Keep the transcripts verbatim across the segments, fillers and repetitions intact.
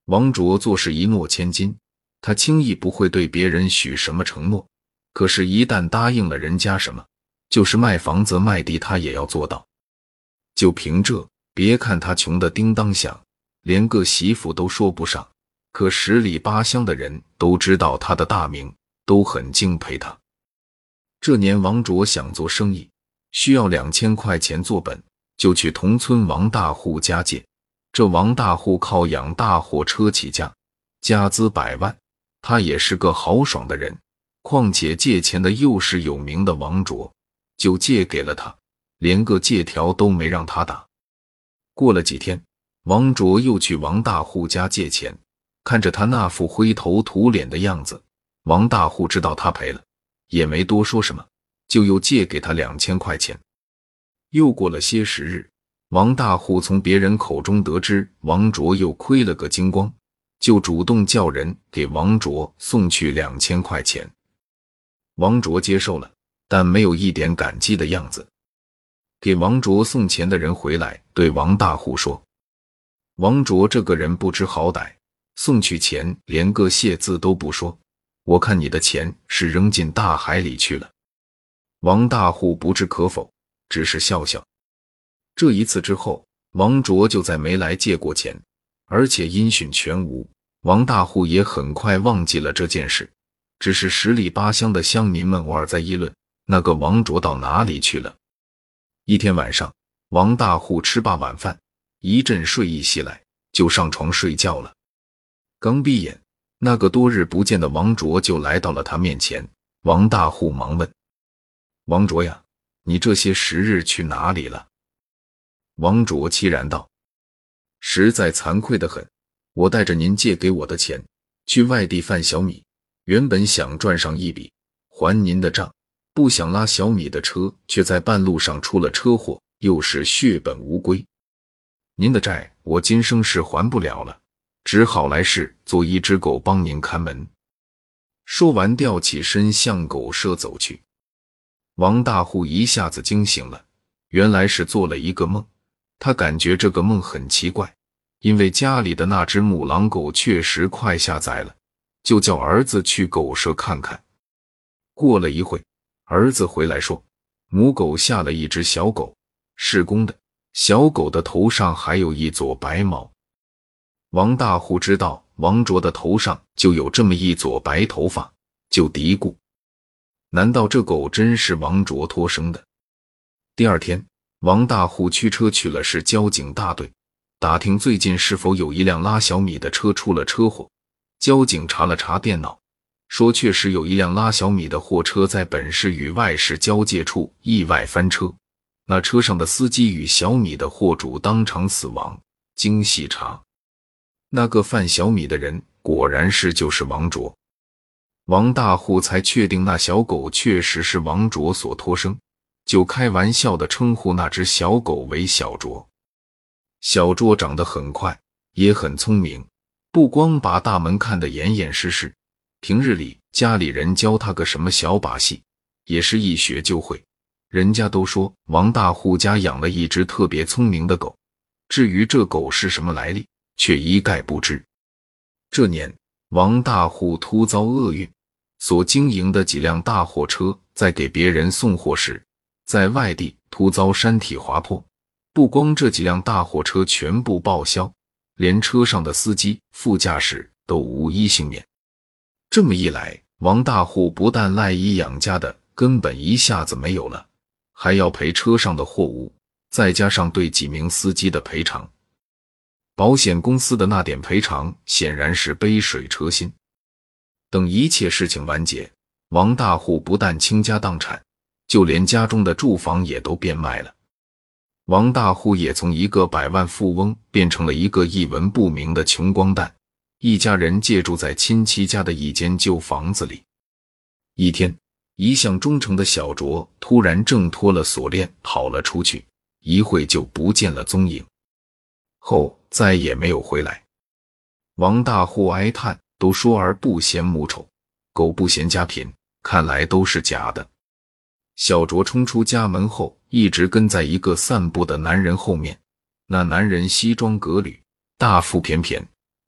王卓做事一诺千金，他轻易不会对别人许什么承诺，可是一旦答应了人家什么，就是卖房子卖地他也要做到。就凭这，别看他穷得叮当响，连个媳妇都说不上，可十里八乡的人都知道他的大名，都很敬佩他。这年王卓想做生意，需要两千块钱做本，就去同村王大户家借。这王大户靠养大货车起家，家资百万，他也是个豪爽的人，况且借钱的又是有名的王卓，就借给了他，连个借条都没让他打。过了几天，王卓又去王大户家借钱，看着他那副灰头土脸的样子，王大户知道他赔了，也没多说什么，就又借给他两千块钱。又过了些时日，王大户从别人口中得知王卓又亏了个精光，就主动叫人给王卓送去两千块钱。王卓接受了，但没有一点感激的样子。给王卓送钱的人回来对王大户说，王卓这个人不知好歹，送去钱连个谢字都不说，我看你的钱是扔进大海里去了。王大户不置可否，只是笑笑。这一次之后，王卓就再没来借过钱，而且音讯全无。王大户也很快忘记了这件事，只是十里八乡的乡民们偶尔在议论，那个王卓到哪里去了。一天晚上，王大户吃罢晚饭，一阵睡意袭来，就上床睡觉了。刚闭眼，那个多日不见的王卓就来到了他面前。王大户忙问，王卓呀，你这些时日去哪里了？王卓凄然道，实在惭愧得很，我带着您借给我的钱去外地贩小米，原本想赚上一笔还您的账，不想拉小米的车却在半路上出了车祸，又是血本无归。您的债我今生是还不了了，只好来世做一只狗帮您看门。说完吊起身向狗舍走去。王大户一下子惊醒了，原来是做了一个梦。他感觉这个梦很奇怪，因为家里的那只母狼狗确实快下崽了，就叫儿子去狗舍看看。过了一会，儿子回来说，母狗下了一只小狗，是公的，小狗的头上还有一撮白毛。王大户知道王卓的头上就有这么一撮白头发，就嘀咕，难道这狗真是王卓托生的？第二天，王大户驱车去了市交警大队，打听最近是否有一辆拉小米的车出了车祸。交警查了查电脑，说确实有一辆拉小米的货车在本市与外市交界处意外翻车，那车上的司机与小米的货主当场死亡。经细查，那个贩小米的人果然是就是王卓。王大户才确定那小狗确实是王卓所托生，就开玩笑地称呼那只小狗为小卓。小卓长得很快，也很聪明，不光把大门看得严严实实，平日里家里人教他个什么小把戏，也是一学就会。人家都说王大户家养了一只特别聪明的狗，至于这狗是什么来历，却一概不知。这年，王大户突遭厄运，所经营的几辆大货车在给别人送货时，在外地突遭山体滑坡，不光这几辆大货车全部报销，连车上的司机、副驾驶都无一幸免。这么一来，王大户不但赖以养家的根本一下子没有了，还要赔车上的货物，再加上对几名司机的赔偿。保险公司的那点赔偿显然是杯水车薪。等一切事情完结，王大户不但倾家荡产，就连家中的住房也都变卖了。王大户也从一个百万富翁变成了一个一文不名的穷光蛋，一家人借住在亲戚家的一间旧房子里。一天，一向忠诚的小卓突然挣脱了锁链跑了出去，一会就不见了踪影，后再也没有回来。王大户哀叹，都说儿不嫌母丑，狗不嫌家贫，看来都是假的。小卓冲出家门后，一直跟在一个散步的男人后面。那男人西装革履，大腹便便，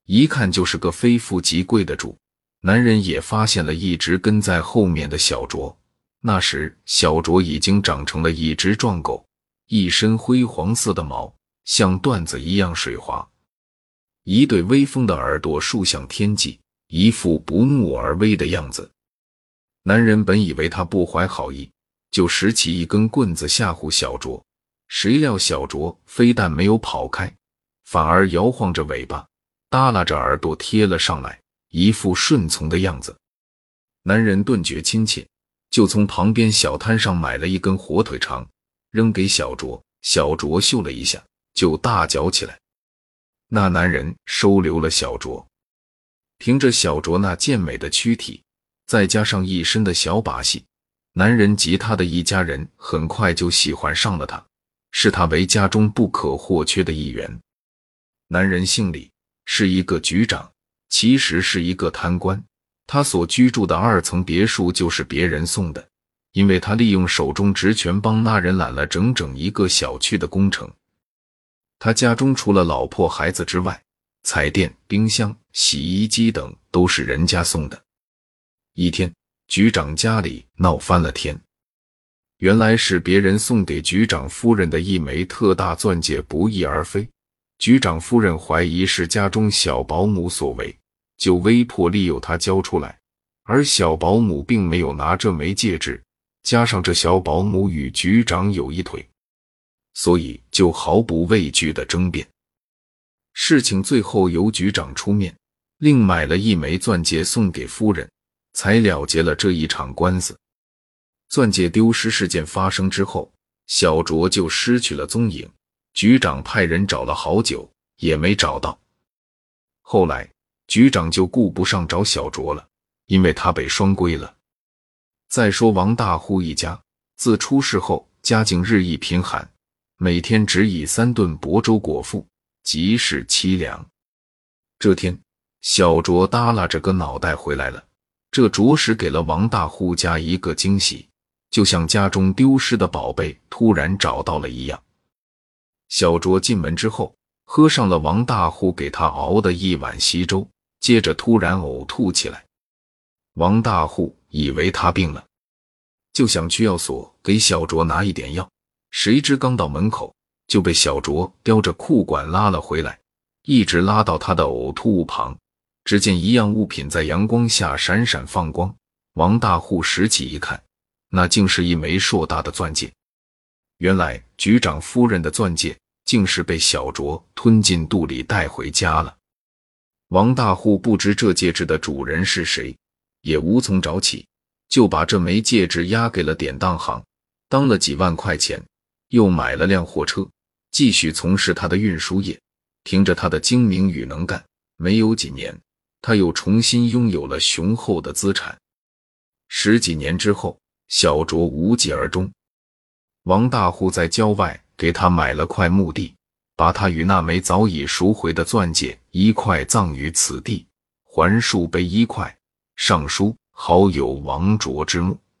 一看就是个非富即贵的主。男人也发现了一直跟在后面的小卓，那时小卓已经长成了一只壮狗，一身灰黄色的毛，像缎子一样水滑，一对威风的耳朵竖向天际，一副不怒而威的样子。男人本以为他不怀好意，就拾起一根棍子吓唬小卓，谁料小卓非但没有跑开，反而摇晃着尾巴，耷拉着耳朵贴了上来，一副顺从的样子。男人顿觉亲切，就从旁边小摊上买了一根火腿肠，扔给小卓。小卓嗅了一下，就大嚼起来。那男人收留了小卓，凭着小卓那健美的躯体，再加上一身的小把戏，男人及他的一家人很快就喜欢上了他，视他为家中不可或缺的一员。男人姓李，是一个局长，其实是一个贪官。他所居住的二层别墅就是别人送的，因为他利用手中职权帮那人揽了整整一个小区的工程。他家中除了老婆孩子之外，彩电、冰箱、洗衣机等都是人家送的。一天，局长家里闹翻了天，原来是别人送给局长夫人的一枚特大钻戒不翼而飞，局长夫人怀疑是家中小保姆所为，就威迫利诱他交出来，而小保姆并没有拿这枚戒指，加上这小保姆与局长有一腿，所以就毫不畏惧地争辩。事情最后由局长出面，另买了一枚钻戒送给夫人，才了结了这一场官司。钻戒丢失事件发生之后，小卓就失去了踪影，局长派人找了好久也没找到。后来局长就顾不上找小卓了，因为他被双规了。再说王大户一家，自出事后家境日益贫寒，每天只以三顿薄粥果腹，极是凄凉。这天，小卓耷拉着个脑袋回来了，这着实给了王大户家一个惊喜，就像家中丢失的宝贝突然找到了一样。小卓进门之后，喝上了王大户给他熬的一碗稀粥，接着突然呕吐起来。王大户以为他病了，就想去药所给小卓拿一点药，谁知刚到门口就被小卓叼着裤管拉了回来，一直拉到他的呕吐物旁。只见一样物品在阳光下闪闪放光，王大户拾起一看，那竟是一枚硕大的钻戒。原来局长夫人的钻戒竟是被小卓吞进肚里带回家了。王大户不知这戒指的主人是谁，也无从找起，就把这枚戒指押给了典当行，当了几万块钱，又买了辆货车，继续从事他的运输业。凭着他的精明与能干，没有几年，他又重新拥有了雄厚的资产。十几年之后，小卓无疾而终。王大户在郊外给他买了块墓地，把他与那枚早已赎回的钻戒一块葬于此地，还树碑一块，上书好友王卓之墓。